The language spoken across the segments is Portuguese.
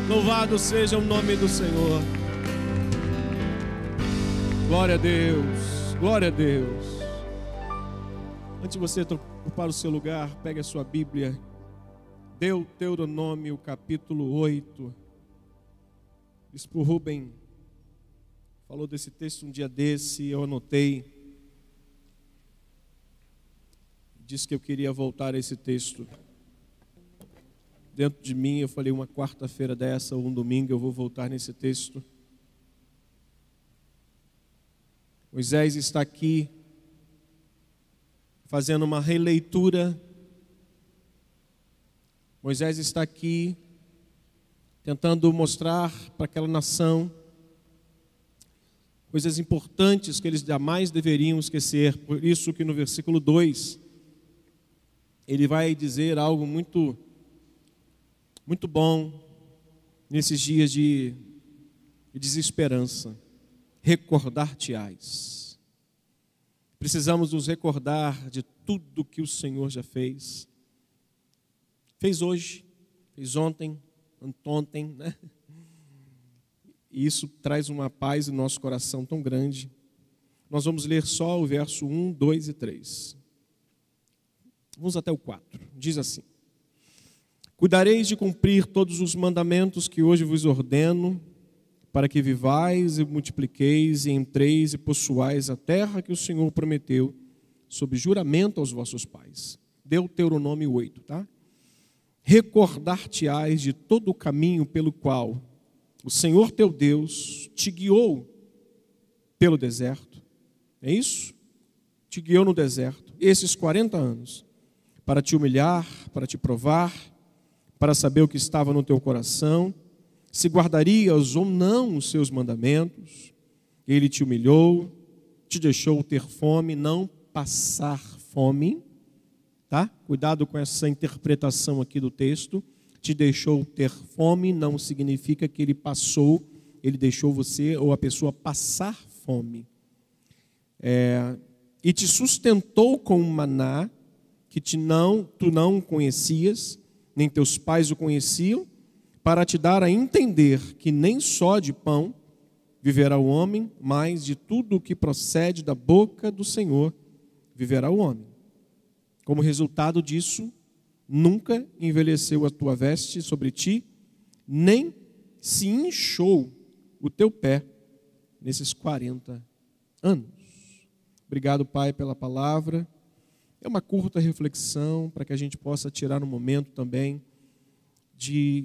Louvado seja o nome do Senhor. Glória a Deus, glória a Deus. Antes de você ocupar o seu lugar, pegue a sua Bíblia. Deuteronômio capítulo 8. Bispo Rubem falou desse texto um dia desse, eu anotei. Disse que eu queria voltar a esse texto. Dentro de mim, eu falei, uma quarta-feira dessa ou um domingo eu vou voltar nesse texto. Moisés está aqui fazendo uma releitura. Moisés está aqui tentando mostrar para aquela nação coisas importantes que eles jamais deveriam esquecer. Por isso que no versículo 2, ele vai dizer algo muito bom nesses dias de desesperança. Recordar-te-ás. Precisamos nos recordar de tudo que o Senhor já fez. Fez hoje, fez ontem, anteontem, né? E isso traz uma paz no nosso coração tão grande. Nós vamos ler só o verso 1, 2 e 3. Vamos até o 4. Diz assim: cuidareis de cumprir todos os mandamentos que hoje vos ordeno, para que vivais e multipliqueis e entreis e possuais a terra que o Senhor prometeu, sob juramento aos vossos pais. Deuteronômio 8, tá? Recordar-te-ás de todo o caminho pelo qual o Senhor teu Deus te guiou pelo deserto. É isso? Te guiou no deserto, esses 40 anos, para te humilhar, para te provar, para saber o que estava no teu coração, se guardarias ou não os seus mandamentos. Ele te humilhou, te deixou ter fome, não passar fome, tá? Cuidado com essa interpretação aqui do texto. Te deixou ter fome não significa que ele passou, ele deixou você ou a pessoa passar fome. E te sustentou com um maná que tu não conhecias, nem teus pais o conheciam, para te dar a entender que nem só de pão viverá o homem, mas de tudo o que procede da boca do Senhor viverá o homem. Como resultado disso, nunca envelheceu a tua veste sobre ti, nem se inchou o teu pé nesses 40 anos. Obrigado, Pai, pela palavra. É uma curta reflexão para que a gente possa tirar um momento também de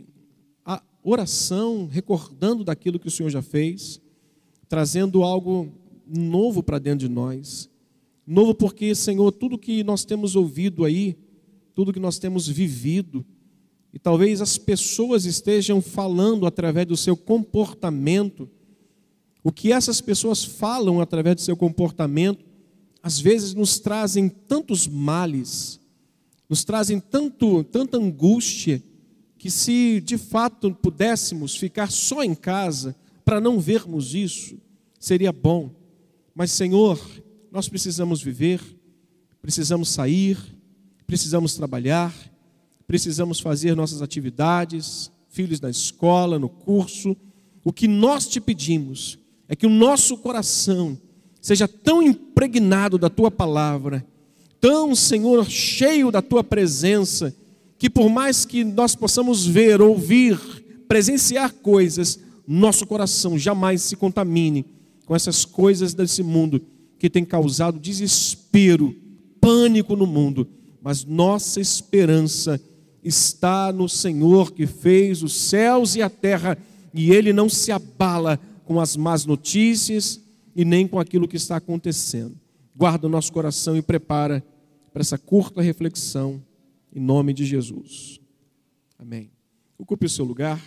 oração, recordando daquilo que o Senhor já fez, trazendo algo novo para dentro de nós. Novo porque, Senhor, tudo que nós temos ouvido aí, tudo que nós temos vivido, e talvez as pessoas estejam falando através do seu comportamento, o que essas pessoas falam através do seu comportamento, às vezes nos trazem tantos males, nos trazem tanta angústia, que se de fato pudéssemos ficar só em casa para não vermos isso, seria bom. Mas, Senhor, nós precisamos viver, precisamos sair, precisamos trabalhar, precisamos fazer nossas atividades, filhos na escola, no curso. O que nós te pedimos é que o nosso coração seja tão impregnado da Tua palavra, tão, Senhor, cheio da Tua presença, que por mais que nós possamos ver, ouvir, presenciar coisas, nosso coração jamais se contamine com essas coisas desse mundo que tem causado desespero, pânico no mundo. Mas nossa esperança está no Senhor que fez os céus e a terra, e Ele não se abala com as más notícias e nem com aquilo que está acontecendo. Guarda o nosso coração e prepara para essa curta reflexão, em nome de Jesus. Amém. Ocupe o seu lugar.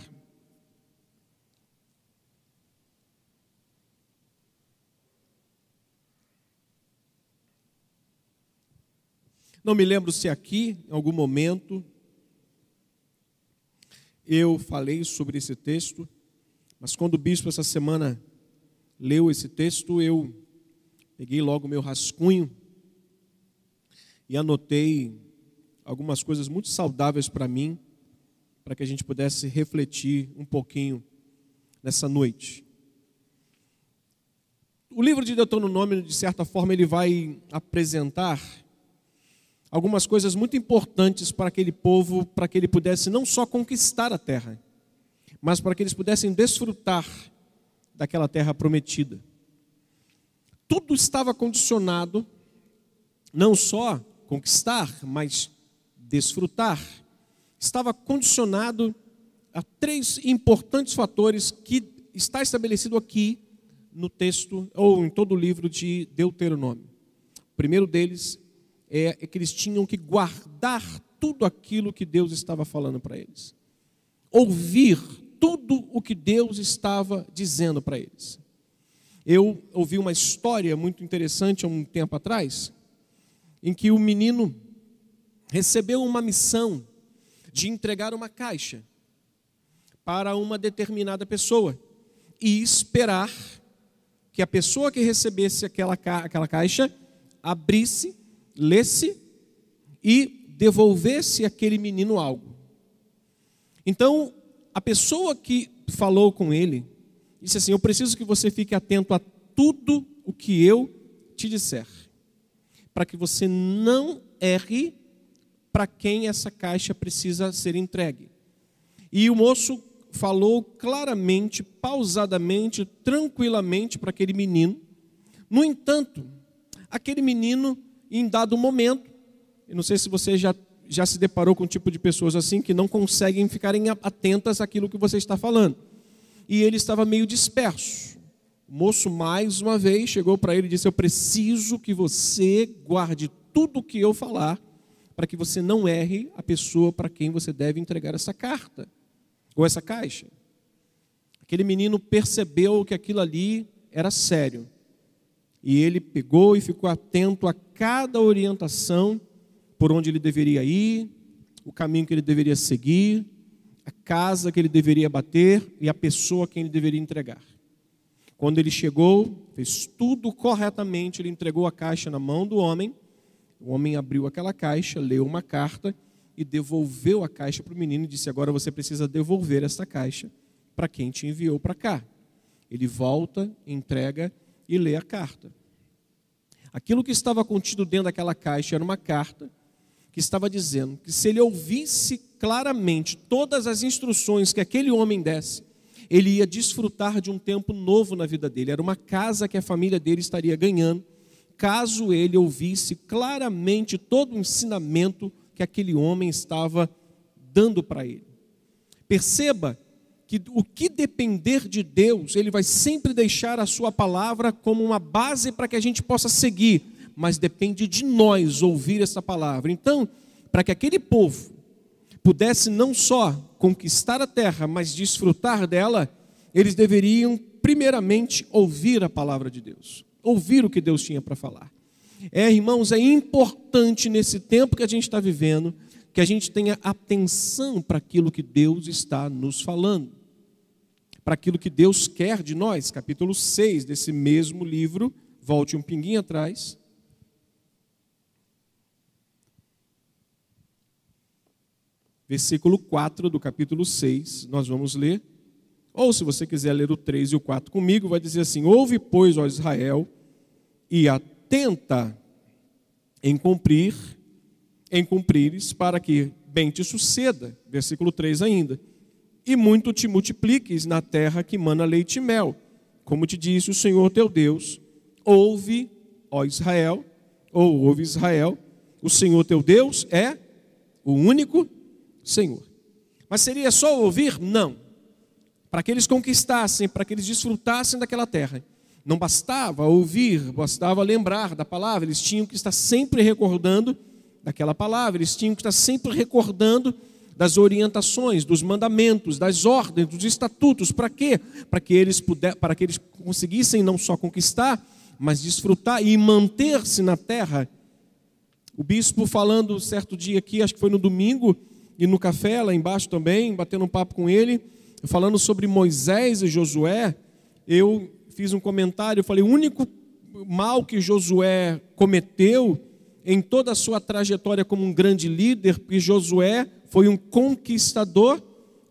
Não me lembro se aqui, em algum momento, eu falei sobre esse texto, mas quando o bispo essa semana leu esse texto, eu peguei logo o meu rascunho e anotei algumas coisas muito saudáveis para mim, para que a gente pudesse refletir um pouquinho nessa noite. O livro de Deuteronômio, de certa forma, ele vai apresentar algumas coisas muito importantes para aquele povo, para que ele pudesse não só conquistar a terra, mas para que eles pudessem desfrutar daquela terra prometida. Tudo estava condicionado, não só conquistar, mas desfrutar. Estava condicionado a 3 importantes fatores que está estabelecido aqui no texto, ou em todo o livro de Deuteronômio. O primeiro deles é que eles tinham que guardar tudo aquilo que Deus estava falando para eles. Ouvir tudo o que Deus estava dizendo para eles. Eu ouvi uma história muito interessante há um tempo atrás, em que o menino recebeu uma missão de entregar uma caixa para uma determinada pessoa e esperar que a pessoa que recebesse aquela caixa abrisse, lesse e devolvesse àquele menino algo. Então, a pessoa que falou com ele disse assim: eu preciso que você fique atento a tudo o que eu te disser, para que você não erre para quem essa caixa precisa ser entregue. E o moço falou claramente, pausadamente, tranquilamente para aquele menino. No entanto, aquele menino, em dado momento, eu não sei se você já se deparou com um tipo de pessoas assim, que não conseguem ficarem atentas àquilo que você está falando. E ele estava meio disperso. O moço, mais uma vez, chegou para ele e disse: eu preciso que você guarde tudo o que eu falar, para que você não erre a pessoa para quem você deve entregar essa carta, ou essa caixa. Aquele menino percebeu que aquilo ali era sério. E ele pegou e ficou atento a cada orientação, por onde ele deveria ir, o caminho que ele deveria seguir, a casa que ele deveria bater e a pessoa a quem ele deveria entregar. Quando ele chegou, fez tudo corretamente, ele entregou a caixa na mão do homem. O homem abriu aquela caixa, leu uma carta e devolveu a caixa para o menino e disse: agora você precisa devolver essa caixa para quem te enviou para cá. Ele volta, entrega e lê a carta. Aquilo que estava contido dentro daquela caixa era uma carta que estava dizendo que se ele ouvisse claramente todas as instruções que aquele homem desse, ele ia desfrutar de um tempo novo na vida dele. Era uma casa que a família dele estaria ganhando, caso ele ouvisse claramente todo o ensinamento que aquele homem estava dando para ele. Perceba que o que depender de Deus, Ele vai sempre deixar a sua palavra como uma base para que a gente possa seguir, mas depende de nós ouvir essa palavra. Então, para que aquele povo pudesse não só conquistar a terra, mas desfrutar dela, eles deveriam primeiramente ouvir a palavra de Deus, ouvir o que Deus tinha para falar. Irmãos, é importante nesse tempo que a gente está vivendo, que a gente tenha atenção para aquilo que Deus está nos falando, para aquilo que Deus quer de nós. Capítulo 6 desse mesmo livro, volte um pinguinho atrás. Versículo 4 do capítulo 6, nós vamos ler. Ou se você quiser ler o 3 e o 4 comigo, vai dizer assim: ouve, pois, ó Israel, e atenta em cumprires, para que bem te suceda. Versículo 3 ainda. E muito te multipliques na terra que mana leite e mel. Como te disse o Senhor teu Deus, ouve, ó Israel, ou ouve Israel, o Senhor teu Deus é o único Senhor. Mas seria só ouvir? Não. Para que eles conquistassem, para que eles desfrutassem daquela terra, não bastava ouvir, bastava lembrar da palavra, eles tinham que estar sempre recordando daquela palavra, eles tinham que estar sempre recordando das orientações, dos mandamentos, das ordens, dos estatutos. Para quê? Para que eles conseguissem não só conquistar, mas desfrutar e manter-se na terra. O bispo falando certo dia aqui, acho que foi no domingo, e no café lá embaixo também, batendo um papo com ele, falando sobre Moisés e Josué, eu fiz um comentário, eu falei: o único mal que Josué cometeu em toda a sua trajetória como um grande líder, porque Josué foi um conquistador,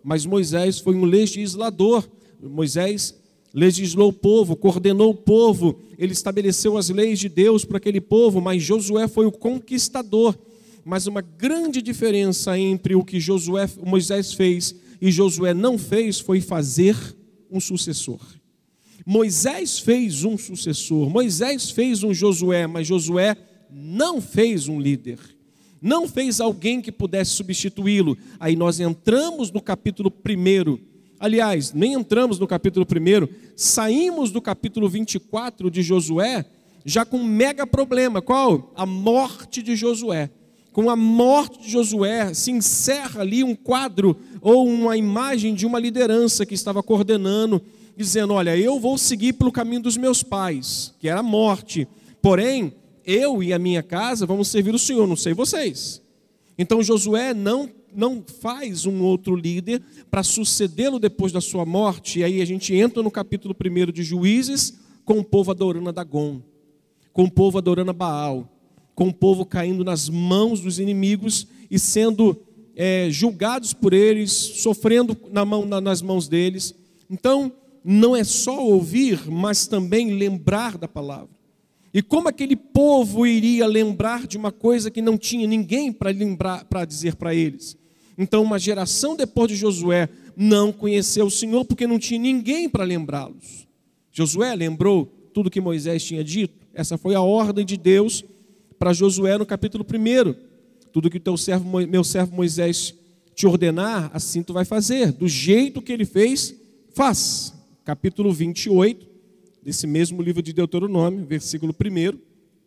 mas Moisés foi um legislador. Moisés legislou o povo, coordenou o povo, ele estabeleceu as leis de Deus para aquele povo, mas Josué foi o conquistador. Mas uma grande diferença entre o que Moisés fez e Josué não fez foi fazer um sucessor. Moisés fez um sucessor, Moisés fez um Josué, mas Josué não fez um líder, não fez alguém que pudesse substituí-lo. Aí nós entramos no capítulo 1, aliás, nem entramos no capítulo 1, saímos do capítulo 24 de Josué, já com um mega problema. Qual? A morte de Josué. Com a morte de Josué, se encerra ali um quadro ou uma imagem de uma liderança que estava coordenando, dizendo: olha, eu vou seguir pelo caminho dos meus pais, que era a morte, porém, eu e a minha casa vamos servir o Senhor, não sei vocês. Então Josué não faz um outro líder para sucedê-lo depois da sua morte. E aí a gente entra no capítulo 1 de Juízes, com o povo adorando a Dagom, com o povo adorando a Baal, com o povo caindo nas mãos dos inimigos e sendo julgados por eles, sofrendo nas mãos deles. Então, não é só ouvir, mas também lembrar da palavra. E como aquele povo iria lembrar de uma coisa que não tinha ninguém para dizer para eles? Então, uma geração depois de Josué não conheceu o Senhor porque não tinha ninguém para lembrá-los. Josué lembrou tudo que Moisés tinha dito. Essa foi a ordem de Deus para Josué no capítulo 1. Tudo que meu servo Moisés te ordenar, assim tu vai fazer. Do jeito que ele fez, faz. Capítulo 28, desse mesmo livro de Deuteronômio, versículo 1.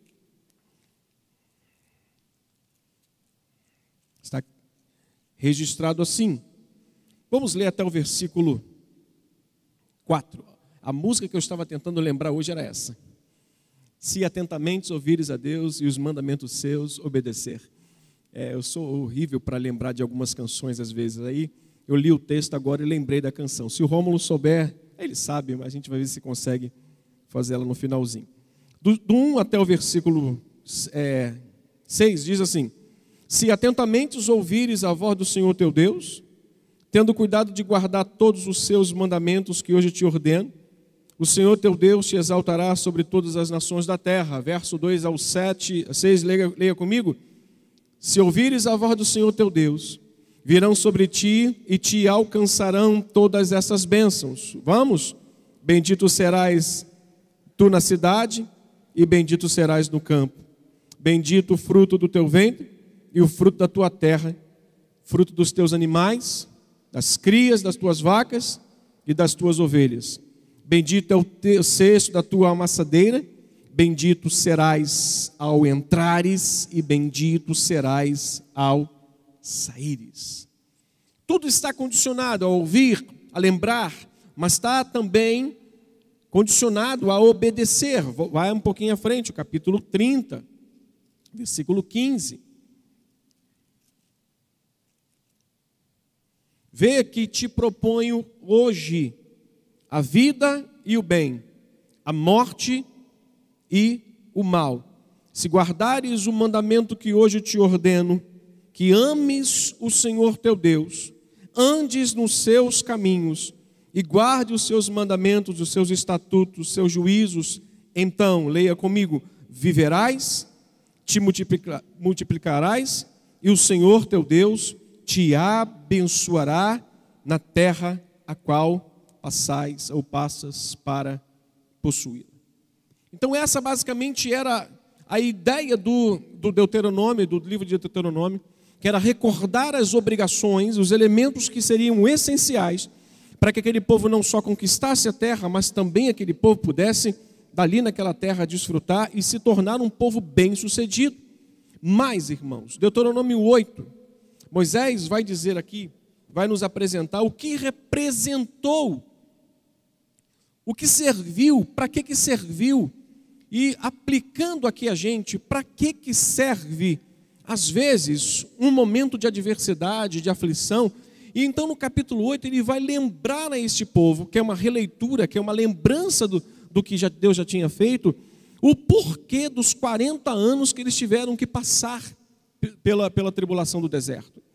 Está registrado assim. Vamos ler até o versículo 4. A música que eu estava tentando lembrar hoje era essa: se atentamente ouvires a Deus e os mandamentos seus obedecer. Eu sou horrível para lembrar de algumas canções às vezes. Aí eu li o texto agora e lembrei da canção. Se o Rômulo souber, ele sabe, mas a gente vai ver se consegue fazer ela no finalzinho. Do 1 até o versículo 6 diz assim: se atentamente ouvires a voz do Senhor teu Deus, tendo cuidado de guardar todos os seus mandamentos que hoje te ordeno, o Senhor teu Deus te exaltará sobre todas as nações da terra. Verso 2 ao 6, leia comigo. Se ouvires a voz do Senhor teu Deus, virão sobre ti e te alcançarão todas essas bênçãos. Vamos? Bendito serás tu na cidade e bendito serás no campo. Bendito o fruto do teu ventre e o fruto da tua terra, fruto dos teus animais, das crias das tuas vacas e das tuas ovelhas. Bendito é o cesto da tua amassadeira, bendito serás ao entrares e bendito serás ao saíres. Tudo está condicionado a ouvir, a lembrar, mas está também condicionado a obedecer. Vai um pouquinho à frente, o capítulo 30, versículo 15. Vê que te proponho hoje a vida e o bem, a morte e o mal. Se guardares o mandamento que hoje te ordeno, que ames o Senhor teu Deus, andes nos seus caminhos e guarde os seus mandamentos, os seus estatutos, os seus juízos, então, leia comigo, viverás, te multiplicarás e o Senhor teu Deus te abençoará na terra a qual passas para possuí-la. Então essa basicamente era a ideia do Deuteronômio, do livro de Deuteronômio, que era recordar as obrigações, os elementos que seriam essenciais para que aquele povo não só conquistasse a terra, mas também aquele povo pudesse, dali naquela terra, desfrutar e se tornar um povo bem-sucedido. Mas, irmãos, Deuteronômio 8, Moisés vai dizer aqui, vai nos apresentar o que representou, o que serviu, para que serviu, e aplicando aqui a gente, para que serve, às vezes, um momento de adversidade, de aflição. E então no capítulo 8 ele vai lembrar a este povo, que é uma releitura, que é uma lembrança do que Deus já tinha feito, o porquê dos 40 anos que eles tiveram que passar pela tribulação do deserto.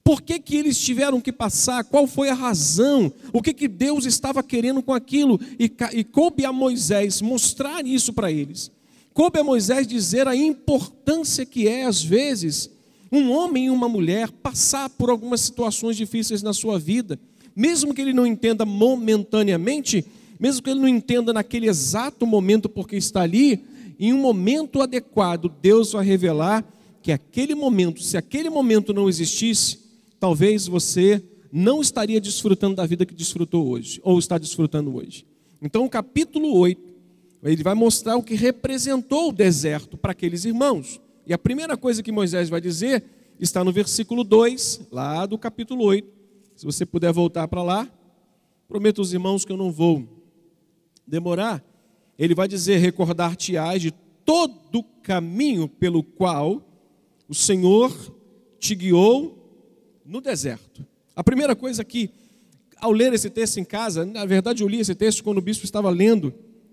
Por que que eles tiveram que passar? Qual foi a razão? O que que Deus estava querendo com aquilo? E coube a Moisés mostrar isso para eles. Coube a Moisés dizer a importância que é, às vezes, um homem e uma mulher passar por algumas situações difíceis na sua vida, mesmo que ele não entenda momentaneamente, mesmo que ele não entenda naquele exato momento porque está ali, em um momento adequado, Deus vai revelar que aquele momento, se aquele momento não existisse, talvez você não estaria desfrutando da vida que desfrutou hoje, ou está desfrutando hoje. Então o capítulo 8, ele vai mostrar o que representou o deserto para aqueles irmãos. E a primeira coisa que Moisés vai dizer está no versículo 2, lá do capítulo 8. Se você puder voltar para lá, prometo aos irmãos que eu não vou demorar. Ele vai dizer: recordar-te-ás de todo o caminho pelo qual o Senhor te guiou no deserto. A primeira coisa que, ao ler esse texto em casa, na verdade eu li esse texto quando o bispo estava lendo,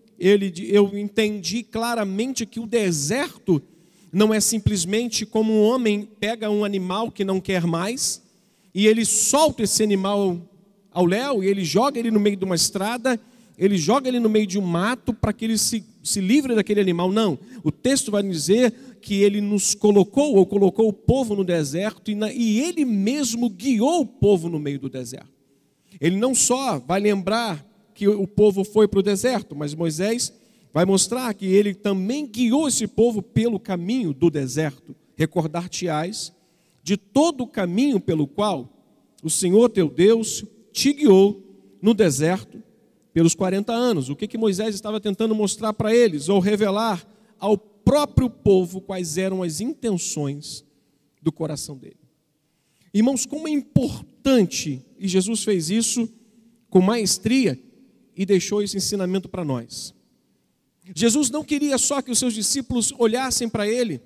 eu entendi claramente que o deserto não é simplesmente como um homem pega um animal que não quer mais, e ele solta esse animal ao léu, e ele joga ele no meio de uma estrada, ele joga ele no meio de um mato para que ele se livre daquele animal. Não, o texto vai dizer que ele nos colocou, ou colocou o povo no deserto, e ele mesmo guiou o povo no meio do deserto. Ele não só vai lembrar que o povo foi para o deserto, mas Moisés vai mostrar que ele também guiou esse povo pelo caminho do deserto. Recordar-te-ás de todo o caminho pelo qual o Senhor teu Deus te guiou no deserto pelos 40 anos. O que Moisés estava tentando mostrar para eles, ou revelar ao próprio povo quais eram as intenções do coração dele. Irmãos, como é importante, e Jesus fez isso com maestria e deixou esse ensinamento para nós. Jesus não queria só que os seus discípulos olhassem para ele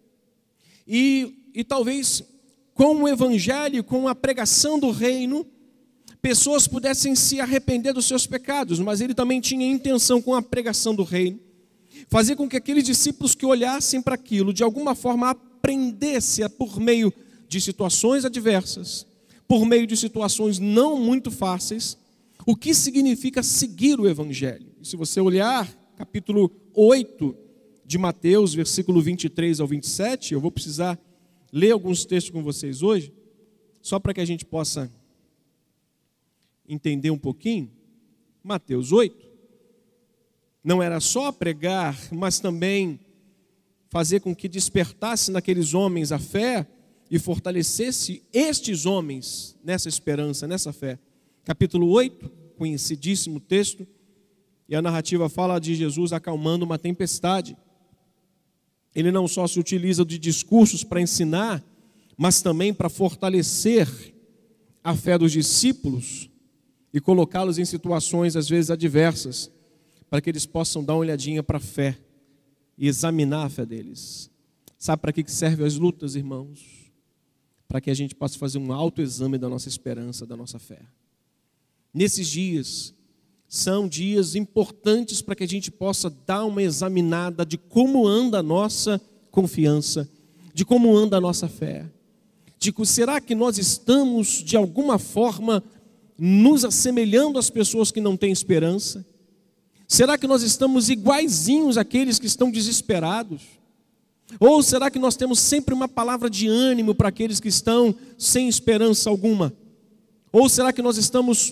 e talvez com o evangelho, com a pregação do reino, pessoas pudessem se arrepender dos seus pecados, mas ele também tinha intenção, com a pregação do reino, fazer com que aqueles discípulos que olhassem para aquilo, de alguma forma aprendessem por meio de situações adversas, por meio de situações não muito fáceis, o que significa seguir o evangelho. E se você olhar capítulo 8 de Mateus, versículo 23 ao 27, eu vou precisar ler alguns textos com vocês hoje, só para que a gente possa entender um pouquinho. Mateus 8, não era só pregar, mas também fazer com que despertasse naqueles homens a fé e fortalecesse estes homens nessa esperança, nessa fé. Capítulo 8, conhecidíssimo texto, e a narrativa fala de Jesus acalmando uma tempestade. Ele não só se utiliza de discursos para ensinar, mas também para fortalecer a fé dos discípulos e colocá-los em situações às vezes adversas, para que eles possam dar uma olhadinha para a fé e examinar a fé deles. Sabe para que servem as lutas, irmãos? Para que a gente possa fazer um autoexame da nossa esperança, da nossa fé. Nesses dias, são dias importantes para que a gente possa dar uma examinada de como anda a nossa confiança, de como anda a nossa fé. Será que nós estamos, de alguma forma, nos assemelhando às pessoas que não têm esperança? Será que nós estamos iguaizinhos àqueles que estão desesperados? Ou será que nós temos sempre uma palavra de ânimo para aqueles que estão sem esperança alguma? Ou será que nós estamos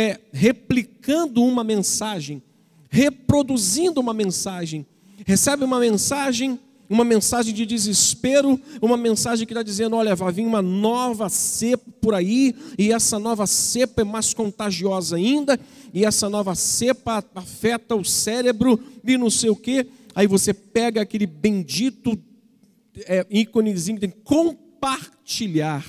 replicando uma mensagem, reproduzindo uma mensagem? Recebe uma mensagem de desespero, uma mensagem que está dizendo: olha, vai vir uma nova cepa por aí, e essa nova cepa é mais contagiosa ainda, e essa nova cepa afeta o cérebro e não sei o quê. Aí você pega aquele bendito íconezinho que tem compartilhar.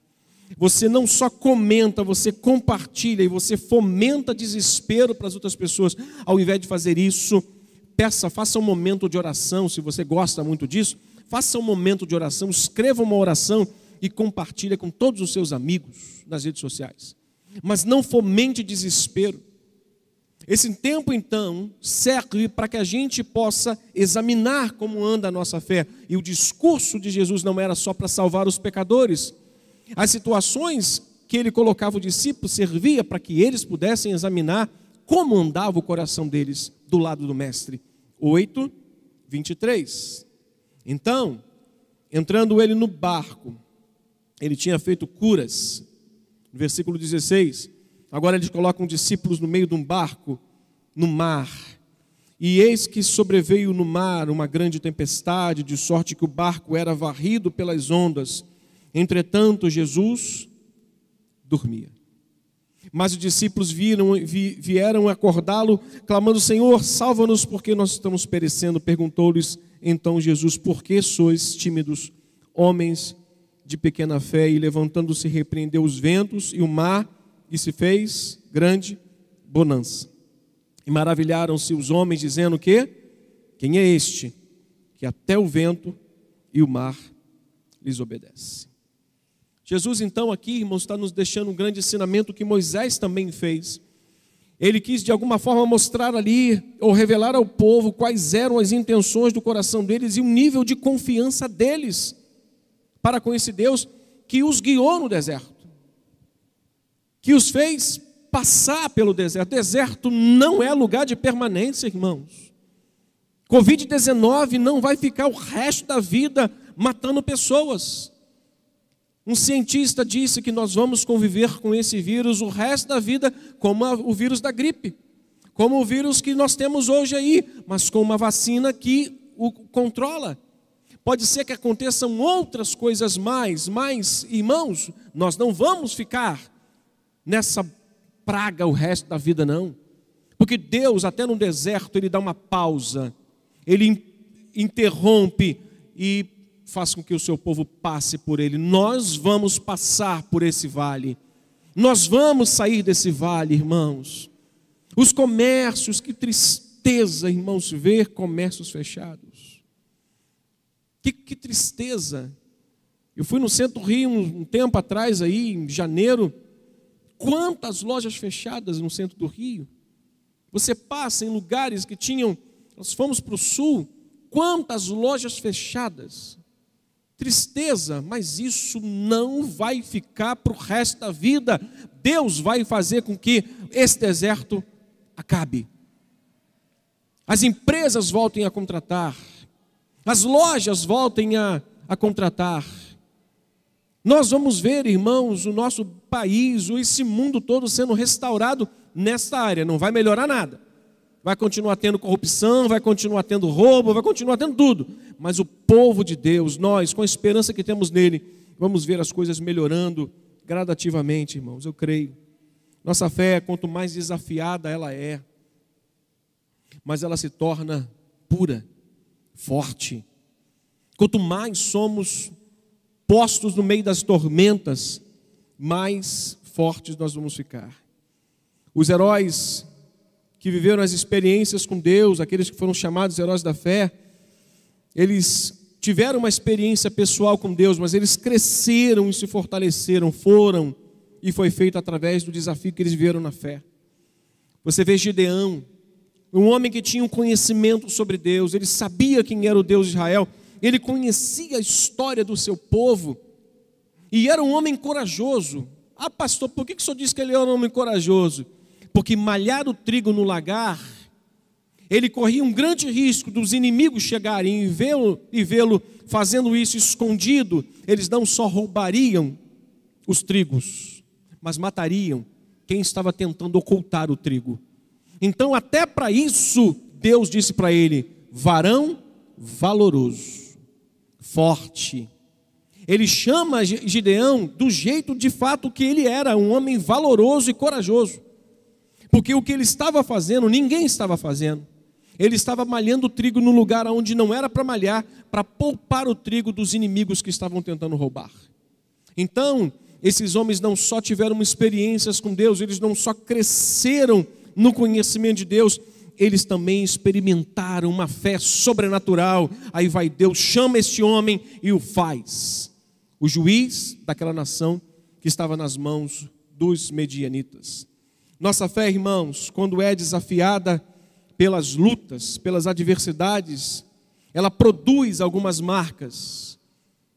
Você não só comenta, você compartilha e você fomenta desespero para as outras pessoas. Ao invés de fazer isso, faça um momento de oração. Se você gosta muito disso, faça um momento de oração, escreva uma oração e compartilhe com todos os seus amigos nas redes sociais. Mas não fomente desespero. Esse tempo, então, serve para que a gente possa examinar como anda a nossa fé. E o discurso de Jesus não era só para salvar os pecadores, As situações que ele colocava o discípulo servia para que eles pudessem examinar como andava o coração deles do lado do mestre. 8:23. Então, entrando ele no barco, ele tinha feito curas. No versículo 16, agora eles colocam discípulos no meio de um barco, no mar. E eis que sobreveio no mar uma grande tempestade, de sorte que o barco era varrido pelas ondas. Entretanto, Jesus dormia. Mas os discípulos vieram acordá-lo, clamando: Senhor, salva-nos, porque nós estamos perecendo. Perguntou-lhes então Jesus: por que sois tímidos, homens de pequena fé? E levantando-se, repreendeu os ventos e o mar, e se fez grande bonança. E maravilharam-se os homens, dizendo que: quem é este, que até o vento e o mar lhes obedece? Jesus então aqui, irmãos, está nos deixando um grande ensinamento que Moisés também fez. Ele quis de alguma forma mostrar ali, ou revelar ao povo quais eram as intenções do coração deles e o nível de confiança deles para com esse Deus que os guiou no deserto, que os fez passar pelo deserto. Deserto não é lugar de permanência, irmãos. Covid-19 não vai ficar o resto da vida matando pessoas. Um cientista disse que nós vamos conviver com esse vírus o resto da vida, como o vírus da gripe, como o vírus que nós temos hoje aí, mas com uma vacina que o controla. Pode ser que aconteçam outras coisas mais, irmãos, nós não vamos ficar nessa praga o resto da vida, não. Porque Deus, até no deserto, Ele dá uma pausa, Ele interrompe e faz com que o seu povo passe por ele. Nós vamos passar por esse vale. Nós vamos sair desse vale, irmãos. Os comércios, que tristeza, irmãos, ver comércios fechados. Que tristeza. Eu fui no centro do Rio um tempo atrás, aí, em janeiro. Quantas lojas fechadas no centro do Rio. Você passa em lugares que tinham... Nós fomos para o sul. Quantas lojas fechadas. Tristeza, mas isso não vai ficar para o resto da vida. Deus vai fazer com que esse deserto acabe. As empresas voltem a contratar. As lojas voltem a contratar. Nós vamos ver, irmãos, o nosso país, esse mundo todo sendo restaurado nessa área. Não vai melhorar nada. Vai continuar tendo corrupção, vai continuar tendo roubo, vai continuar tendo tudo. Mas o povo de Deus, nós, com a esperança que temos nele, vamos ver as coisas melhorando gradativamente, irmãos, eu creio. Nossa fé, quanto mais desafiada ela é, mas ela se torna pura, forte. Quanto mais somos postos no meio das tormentas, mais fortes nós vamos ficar. Os heróis que viveram as experiências com Deus, aqueles que foram chamados heróis da fé, eles tiveram uma experiência pessoal com Deus, mas eles cresceram e se fortaleceram, e foi feito através do desafio que eles viveram na fé. Você vê Gideão, um homem que tinha um conhecimento sobre Deus, ele sabia quem era o Deus de Israel, ele conhecia a história do seu povo, e era um homem corajoso. Ah, pastor, por que o senhor disse que ele era um homem corajoso? Porque malhar o trigo no lagar, ele corria um grande risco dos inimigos chegarem e vê-lo fazendo isso escondido. Eles não só roubariam os trigos, mas matariam quem estava tentando ocultar o trigo. Então, até para isso, Deus disse para ele: varão valoroso, forte. Ele chama Gideão do jeito de fato que ele era, um homem valoroso e corajoso. Porque o que ele estava fazendo, ninguém estava fazendo. Ele estava malhando o trigo no lugar onde não era para malhar, para poupar o trigo dos inimigos que estavam tentando roubar. Então, esses homens não só tiveram experiências com Deus, eles não só cresceram no conhecimento de Deus, eles também experimentaram uma fé sobrenatural. Aí vai Deus, chama este homem e o faz o juiz daquela nação que estava nas mãos dos medianitas. Nossa fé, irmãos, quando é desafiada pelas lutas, pelas adversidades, ela produz algumas marcas.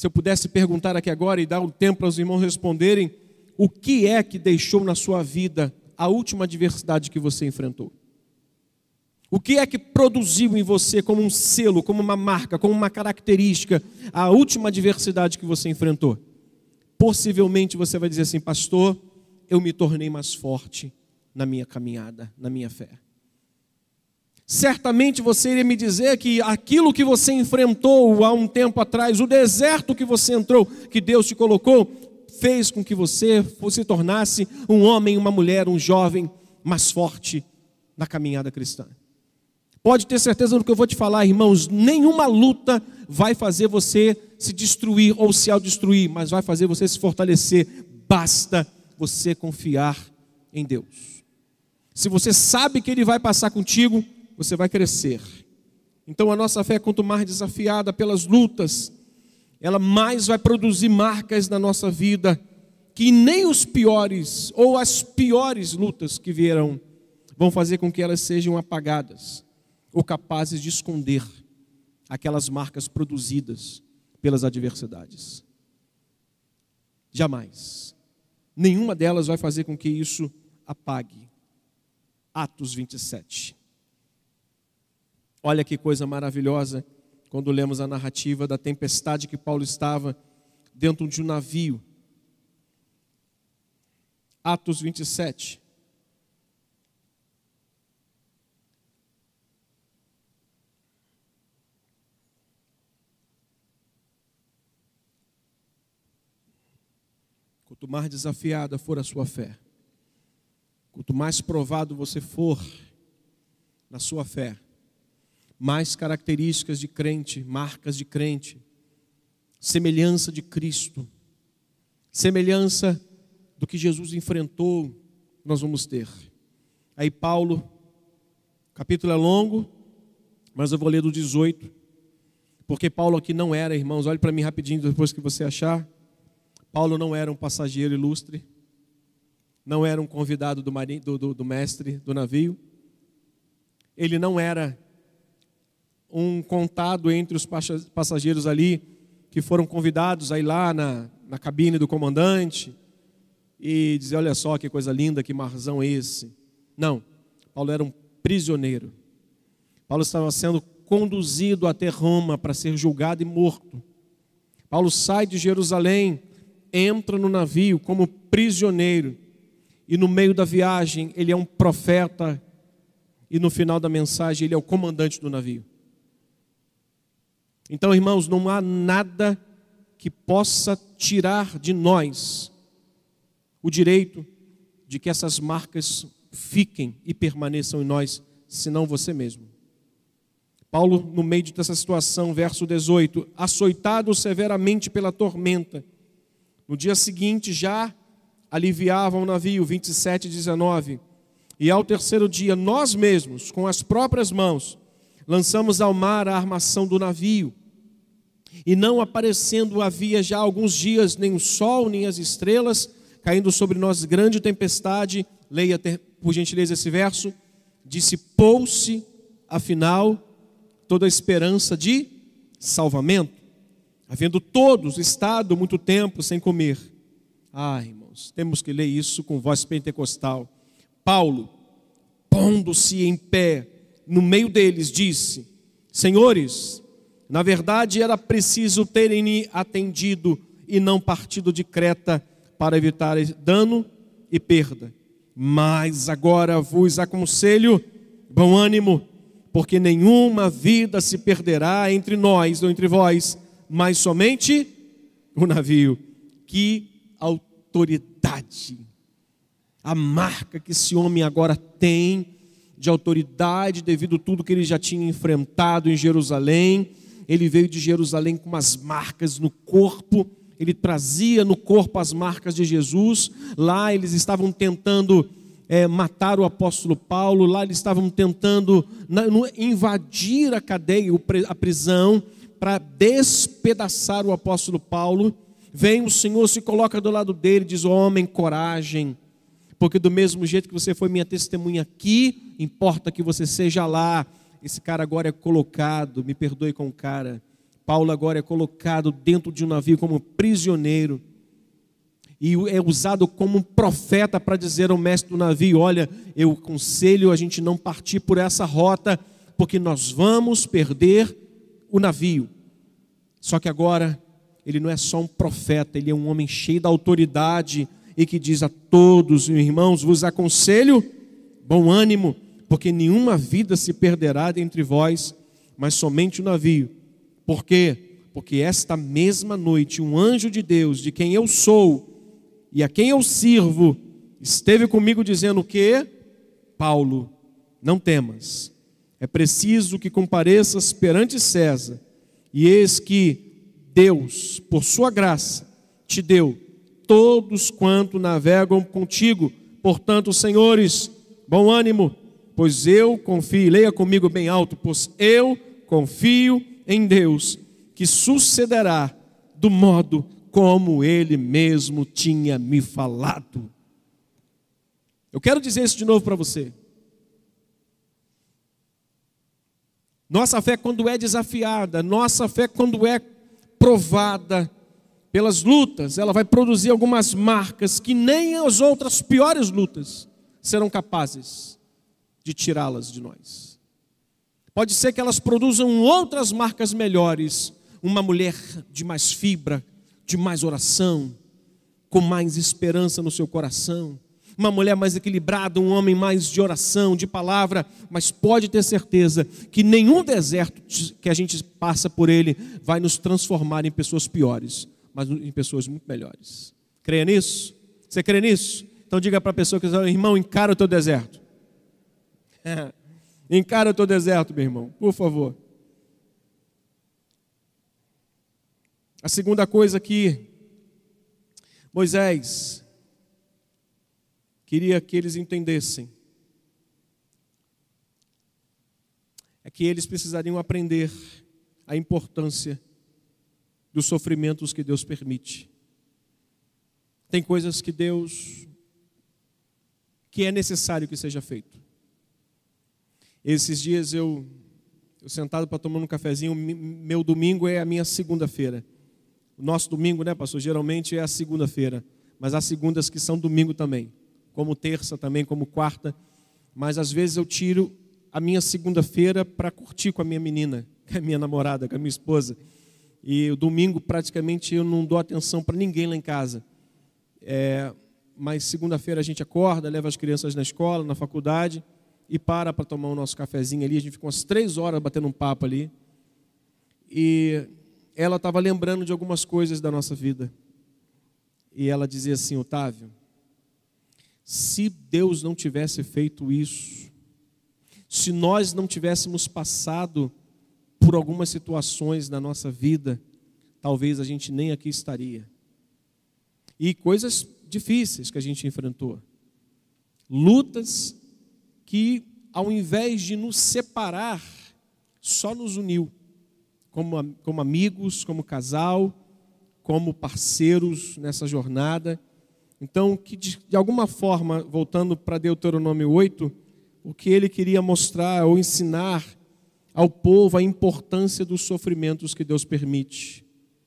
Se eu pudesse perguntar aqui agora e dar um tempo para os irmãos responderem, o que é que deixou na sua vida a última adversidade que você enfrentou? O que é que produziu em você como um selo, como uma marca, como uma característica, a última adversidade que você enfrentou? Possivelmente você vai dizer assim: pastor, eu me tornei mais forte na minha caminhada, na minha fé. Certamente você iria me dizer que aquilo que você enfrentou há um tempo atrás, o deserto que você entrou, que Deus te colocou, fez com que você se tornasse um homem, uma mulher, um jovem mais forte na caminhada cristã. Pode ter certeza do que eu vou te falar, irmãos, nenhuma luta vai fazer você se destruir ou se autodestruir, mas vai fazer você se fortalecer. Basta você confiar em Deus. Se você sabe que Ele vai passar contigo, você vai crescer. Então a nossa fé, quanto mais desafiada pelas lutas, ela mais vai produzir marcas na nossa vida, que nem os piores ou as piores lutas que vierão vão fazer com que elas sejam apagadas ou capazes de esconder aquelas marcas produzidas pelas adversidades. Jamais. Nenhuma delas vai fazer com que isso apague. Atos 27. Olha que coisa maravilhosa quando lemos a narrativa da tempestade que Paulo estava dentro de um navio. Atos 27. Quanto mais desafiada for a sua fé, quanto mais provado você for na sua fé, mais características de crente, marcas de crente, semelhança de Cristo, semelhança do que Jesus enfrentou, nós vamos ter. Aí Paulo, o capítulo é longo, mas eu vou ler do 18, porque Paulo aqui não era, irmãos, olhe para mim rapidinho depois que você achar. Paulo não era um passageiro ilustre, não era um convidado do mestre do navio, ele não era um contado entre os passageiros ali, que foram convidados a ir lá na cabine do comandante, e dizer: olha só que coisa linda, que marzão é esse. Não, Paulo era um prisioneiro. Paulo estava sendo conduzido até Roma para ser julgado e morto. Paulo sai de Jerusalém, entra no navio como prisioneiro, e no meio da viagem ele é um profeta, e no final da mensagem ele é o comandante do navio. Então, irmãos, não há nada que possa tirar de nós o direito de que essas marcas fiquem e permaneçam em nós, senão você mesmo. Paulo, no meio dessa situação, verso 18: açoitado severamente pela tormenta, no dia seguinte já aliviavam o navio, 27 e 19. E ao terceiro dia, nós mesmos, com as próprias mãos, lançamos ao mar a armação do navio. E não aparecendo havia já alguns dias nem o sol, nem as estrelas, caindo sobre nós grande tempestade. Leia por gentileza esse verso. Dissipou-se, afinal, toda a esperança de salvamento, havendo todos estado muito tempo sem comer. Irmãos, temos que ler isso com voz pentecostal. Paulo, pondo-se em pé no meio deles, disse: senhores, na verdade era preciso terem atendido e não partido de Creta para evitar dano e perda. Mas agora vos aconselho, bom ânimo, porque nenhuma vida se perderá entre nós ou entre vós, mas somente o navio. Que autoridade! A marca que esse homem agora tem de autoridade devido a tudo que ele já tinha enfrentado em Jerusalém. Ele veio de Jerusalém com umas marcas no corpo, ele trazia no corpo as marcas de Jesus. Lá eles estavam tentando matar o apóstolo Paulo, lá eles estavam tentando invadir a cadeia, a prisão, para despedaçar o apóstolo Paulo. Vem o Senhor, se coloca do lado dele, diz: homem, coragem, porque do mesmo jeito que você foi minha testemunha aqui, importa que você seja lá. Esse cara agora é colocado, me perdoe com o cara, Paulo agora é colocado dentro de um navio como prisioneiro e é usado como um profeta para dizer ao mestre do navio: olha, eu aconselho a gente não partir por essa rota, porque nós vamos perder o navio. Só que agora ele não é só um profeta, ele é um homem cheio da autoridade e que diz a todos: irmãos, vos aconselho, bom ânimo, porque nenhuma vida se perderá dentre vós, mas somente o navio. Por quê? Porque esta mesma noite um anjo de Deus, de quem eu sou e a quem eu sirvo, esteve comigo dizendo que: Paulo, não temas, é preciso que compareças perante César, e eis que Deus, por sua graça, te deu todos quanto navegam contigo. Portanto, senhores, bom ânimo, pois eu confio, leia comigo bem alto, pois eu confio em Deus, que sucederá do modo como Ele mesmo tinha me falado. Eu quero dizer isso de novo para você. Nossa fé, quando é desafiada, nossa fé, quando é provada pelas lutas, ela vai produzir algumas marcas que nem as outras piores lutas serão capazes de tirá-las de nós. Pode ser que elas produzam outras marcas melhores, uma mulher de mais fibra, de mais oração, com mais esperança no seu coração, uma mulher mais equilibrada, um homem mais de oração, de palavra, mas pode ter certeza que nenhum deserto que a gente passa por ele vai nos transformar em pessoas piores, mas em pessoas muito melhores. Creia nisso? Você crê nisso? Então diga para a pessoa que está: irmão, encara o teu deserto. Encara o teu deserto, meu irmão, por favor. A segunda coisa que Moisés queria que eles entendessem é que eles precisariam aprender a importância dos sofrimentos que Deus permite. Tem coisas que que é necessário que seja feito. Esses dias eu sentado para tomar um cafezinho, meu domingo é a minha segunda-feira. O nosso domingo, né, pastor, geralmente é a segunda-feira, mas há segundas que são domingo também, como terça também, como quarta, mas às vezes eu tiro a minha segunda-feira para curtir com a minha menina, com a minha namorada, com a minha esposa, e o domingo praticamente eu não dou atenção para ninguém lá em casa, mas segunda-feira a gente acorda, leva as crianças na escola, na faculdade, e para tomar o nosso cafezinho ali. A gente ficou umas 3 horas batendo um papo ali. E ela estava lembrando de algumas coisas da nossa vida. E ela dizia assim: Otávio, se Deus não tivesse feito isso, se nós não tivéssemos passado por algumas situações na nossa vida, talvez a gente nem aqui estaria. E coisas difíceis que a gente enfrentou. Lutas que, ao invés de nos separar, só nos uniu, como amigos, como casal, como parceiros nessa jornada. Então, que de alguma forma, voltando para Deuteronômio 8, o que ele queria mostrar ou ensinar ao povo a importância dos sofrimentos que Deus permite.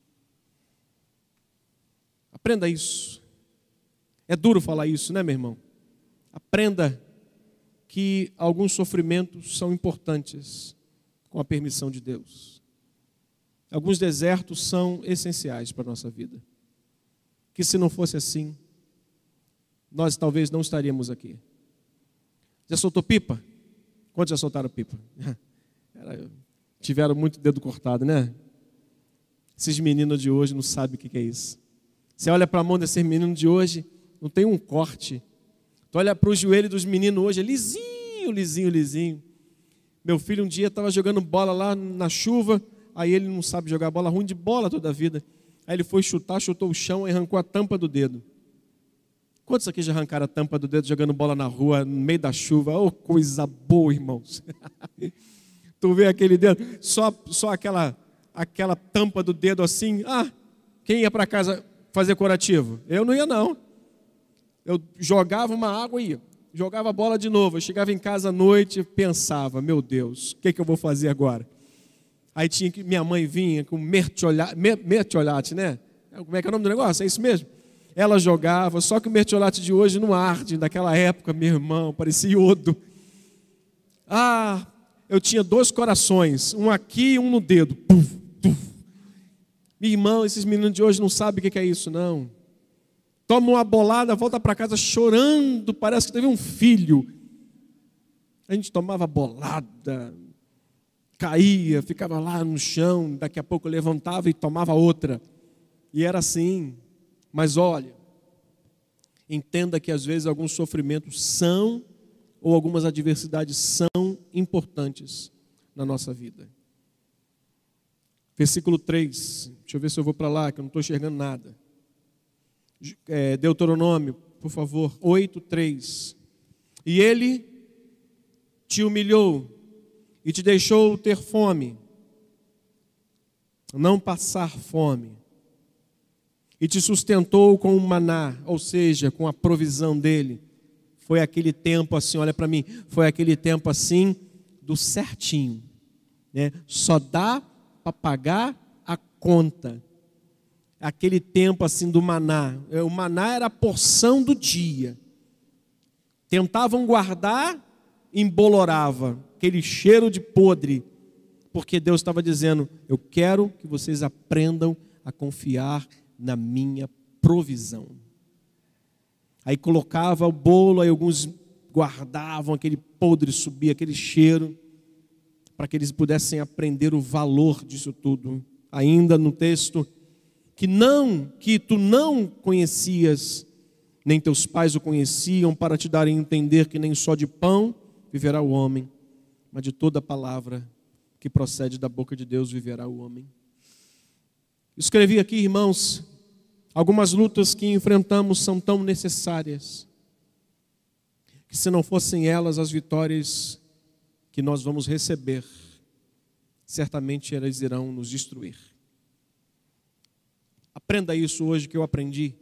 Aprenda isso. É duro falar isso, né, meu irmão? Aprenda que alguns sofrimentos são importantes com a permissão de Deus. Alguns desertos são essenciais para a nossa vida. Que se não fosse assim, nós talvez não estaríamos aqui. Já soltou pipa? Quantos já soltaram pipa? Tiveram muito dedo cortado, né? Esses meninos de hoje não sabem o que é isso. Você olha para a mão desses meninos de hoje, não tem um corte. Tu olha para o joelho dos meninos hoje, é lisinho, lisinho, lisinho. Meu filho um dia estava jogando bola lá na chuva, aí ele não sabe jogar bola, ruim de bola toda a vida. Aí ele foi chutar, chutou o chão e arrancou a tampa do dedo. Quantos aqui já arrancaram a tampa do dedo jogando bola na rua, no meio da chuva? Oh, coisa boa, irmãos. Tu vê aquele dedo, só aquela tampa do dedo assim. Ah, quem ia para casa fazer curativo? Eu não ia, não. Eu jogava uma água e ia. Jogava a bola de novo. Eu chegava em casa à noite e pensava: meu Deus, o que eu vou fazer agora? Aí tinha que, minha mãe vinha com mertiolate, né? Como é que é o nome do negócio? É isso mesmo? Ela jogava, só que o mertiolate de hoje não arde. Naquela época, meu irmão, parecia iodo. Ah, eu tinha 2 corações, um aqui e um no dedo. Puf, puf. Meu irmão, esses meninos de hoje não sabem o que é isso, não. Toma uma bolada, volta para casa chorando, parece que teve um filho. A gente tomava bolada, caía, ficava lá no chão, daqui a pouco levantava e tomava outra. E era assim. Mas olha, entenda que às vezes alguns sofrimentos são, ou algumas adversidades são importantes na nossa vida. Versículo 3, deixa eu ver se eu vou para lá, que eu não estou enxergando nada. Deuteronômio, por favor, 8:3. E ele te humilhou e te deixou ter fome, não passar fome, e te sustentou com o maná, ou seja, com a provisão dele. Foi aquele tempo assim, olha para mim, foi aquele tempo assim do certinho, né? Só dá para pagar a conta. Aquele tempo assim do maná. O maná era a porção do dia. Tentavam guardar, embolorava, aquele cheiro de podre, porque Deus estava dizendo: eu quero que vocês aprendam a confiar na minha provisão. Aí colocava o bolo, aí alguns guardavam, aquele podre subia, aquele cheiro, para que eles pudessem aprender o valor disso tudo. Ainda no texto, que tu não conhecias, nem teus pais o conheciam, para te darem a entender que nem só de pão viverá o homem, mas de toda a palavra que procede da boca de Deus viverá o homem. Escrevi aqui, irmãos, algumas lutas que enfrentamos são tão necessárias, que se não fossem elas, as vitórias que nós vamos receber, certamente elas irão nos destruir. Aprenda isso hoje que eu aprendi.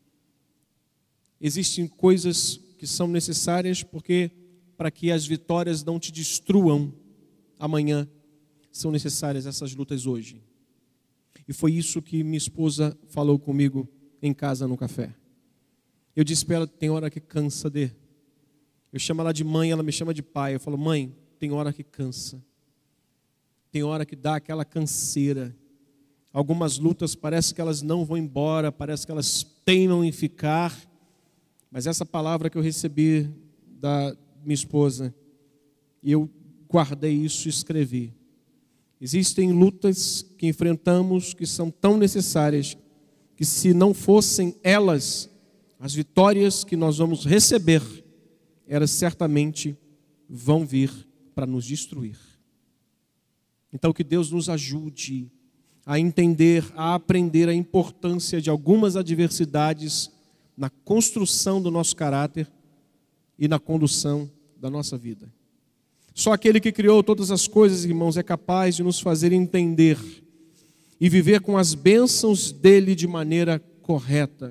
Existem coisas que são necessárias para que as vitórias não te destruam amanhã. São necessárias essas lutas hoje. E foi isso que minha esposa falou comigo em casa no café. Eu disse para ela: tem hora que cansa de. Eu chamo ela de mãe, ela me chama de pai. Eu falo: mãe, tem hora que cansa. Tem hora que dá aquela canseira. Algumas lutas parece que elas não vão embora, parece que elas teimam em ficar. Mas essa palavra que eu recebi da minha esposa, e eu guardei isso e escrevi. Existem lutas que enfrentamos que são tão necessárias, que se não fossem elas, as vitórias que nós vamos receber, elas certamente vão vir para nos destruir. Então que Deus nos ajude a entender, a aprender a importância de algumas adversidades na construção do nosso caráter e na condução da nossa vida. Só aquele que criou todas as coisas, irmãos, é capaz de nos fazer entender e viver com as bênçãos dele de maneira correta.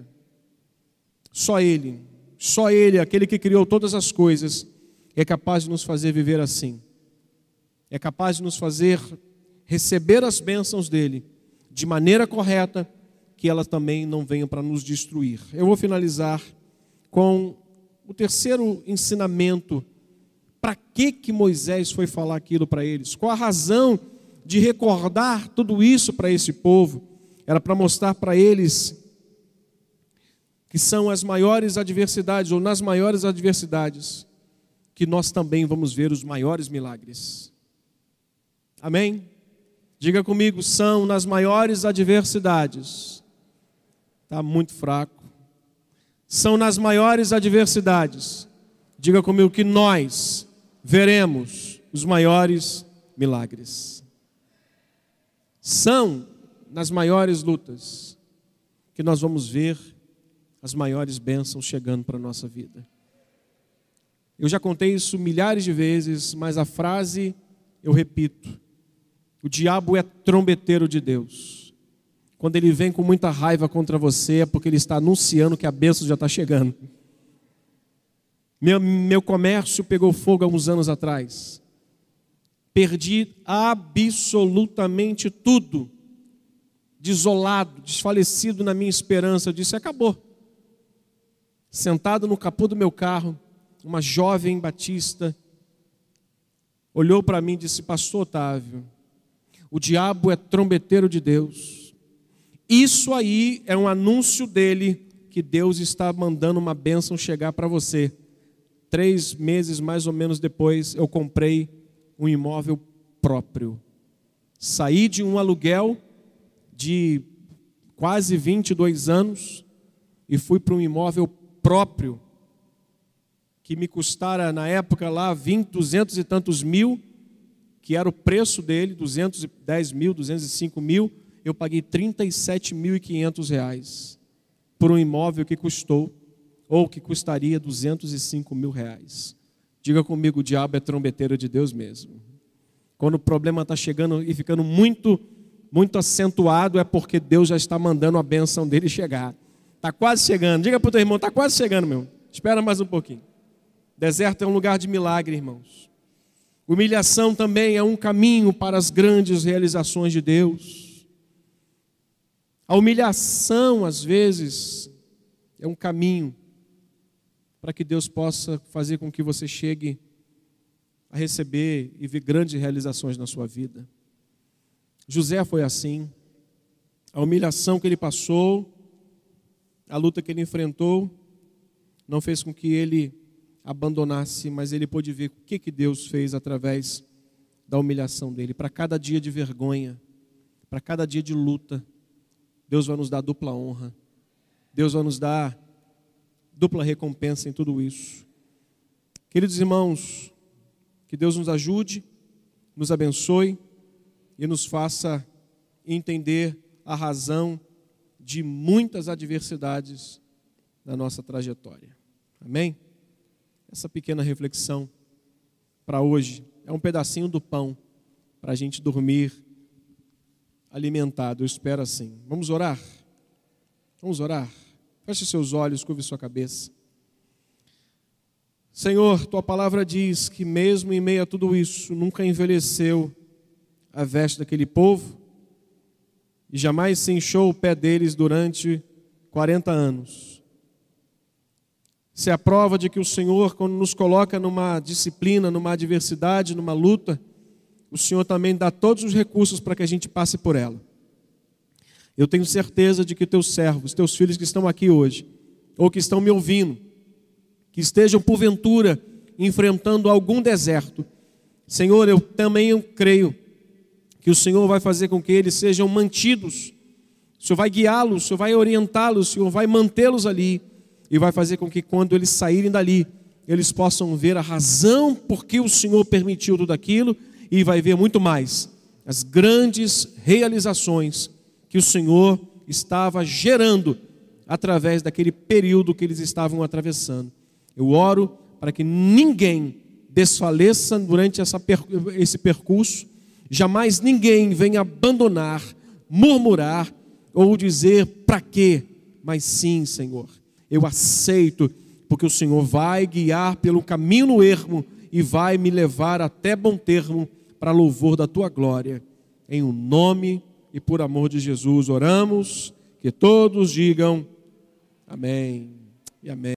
Só ele, aquele que criou todas as coisas, é capaz de nos fazer viver assim. É capaz de nos fazer receber as bênçãos dele de maneira correta, que elas também não venham para nos destruir. Eu vou finalizar com o terceiro ensinamento. Para que Moisés foi falar aquilo para eles? Qual a razão de recordar tudo isso para esse povo? Era para mostrar para eles que são as maiores adversidades, ou nas maiores adversidades, que nós também vamos ver os maiores milagres. Amém? Diga comigo: são nas maiores adversidades. Está muito fraco. São nas maiores adversidades. Diga comigo que nós veremos os maiores milagres. São nas maiores lutas que nós vamos ver as maiores bênçãos chegando para a nossa vida. Eu já contei isso milhares de vezes, mas a frase eu repito: o diabo é trombeteiro de Deus. Quando ele vem com muita raiva contra você, é porque ele está anunciando que a bênção já está chegando. Meu comércio pegou fogo há uns anos atrás. perdi absolutamente tudo, desolado, desfalecido na minha esperança. Eu disse: acabou. Sentado no capô do meu carro, uma jovem batista olhou para mim e disse: pastor Otávio, o diabo é trombeteiro de Deus. Isso aí é um anúncio dele que Deus está mandando uma bênção chegar para você. 3 meses mais ou menos depois, eu comprei um imóvel próprio. Saí de um aluguel de quase 22 anos e fui para um imóvel próprio, que me custara na época lá 200 e tantos mil, que era o preço dele, 210 mil, 205 mil. Eu paguei R$37.500 por um imóvel que custou, ou que custaria R$205 mil. Diga comigo, o diabo é trombeteiro de Deus mesmo. Quando o problema está chegando e ficando muito acentuado, é porque Deus já está mandando a bênção dele chegar. Está quase chegando. Diga para o teu irmão: está quase chegando, meu. Espera mais um pouquinho. Deserto é um lugar de milagre, irmãos. Humilhação também é um caminho para as grandes realizações de Deus. A humilhação, às vezes, é um caminho para que Deus possa fazer com que você chegue a receber e ver grandes realizações na sua vida. José foi assim. A humilhação que ele passou, a luta que ele enfrentou, não fez com que ele abandonasse, mas ele pôde ver o que Deus fez através da humilhação dele. Para cada dia de vergonha, para cada dia de luta, Deus vai nos dar dupla honra. Deus vai nos dar dupla recompensa em tudo isso. Queridos irmãos, que Deus nos ajude, nos abençoe e nos faça entender a razão de muitas adversidades na nossa trajetória. Amém? Essa pequena reflexão para hoje é um pedacinho do pão para a gente dormir alimentado. Eu espero assim. Vamos orar? Vamos orar? Feche seus olhos, curve sua cabeça. Senhor, tua palavra diz que mesmo em meio a tudo isso, nunca envelheceu a veste daquele povo e jamais se inchou o pé deles durante 40 anos. Isso é a prova de que o Senhor, quando nos coloca numa disciplina, numa adversidade, numa luta, o Senhor também dá todos os recursos para que a gente passe por ela. Eu tenho certeza de que teus servos, teus filhos que estão aqui hoje, ou que estão me ouvindo, que estejam porventura enfrentando algum deserto, Senhor, eu também creio que o Senhor vai fazer com que eles sejam mantidos. O Senhor vai guiá-los, o Senhor vai orientá-los, o Senhor vai mantê-los ali e vai fazer com que quando eles saírem dali, eles possam ver a razão por que o Senhor permitiu tudo aquilo e vai ver muito mais as grandes realizações que o Senhor estava gerando através daquele período que eles estavam atravessando. Eu oro para que ninguém desfaleça durante esse percurso, jamais ninguém venha abandonar, murmurar ou dizer para quê, mas sim, Senhor, eu aceito, porque o Senhor vai guiar pelo caminho no ermo e vai me levar até bom termo para louvor da tua glória. Em o nome e por amor de Jesus oramos, que todos digam amém e amém.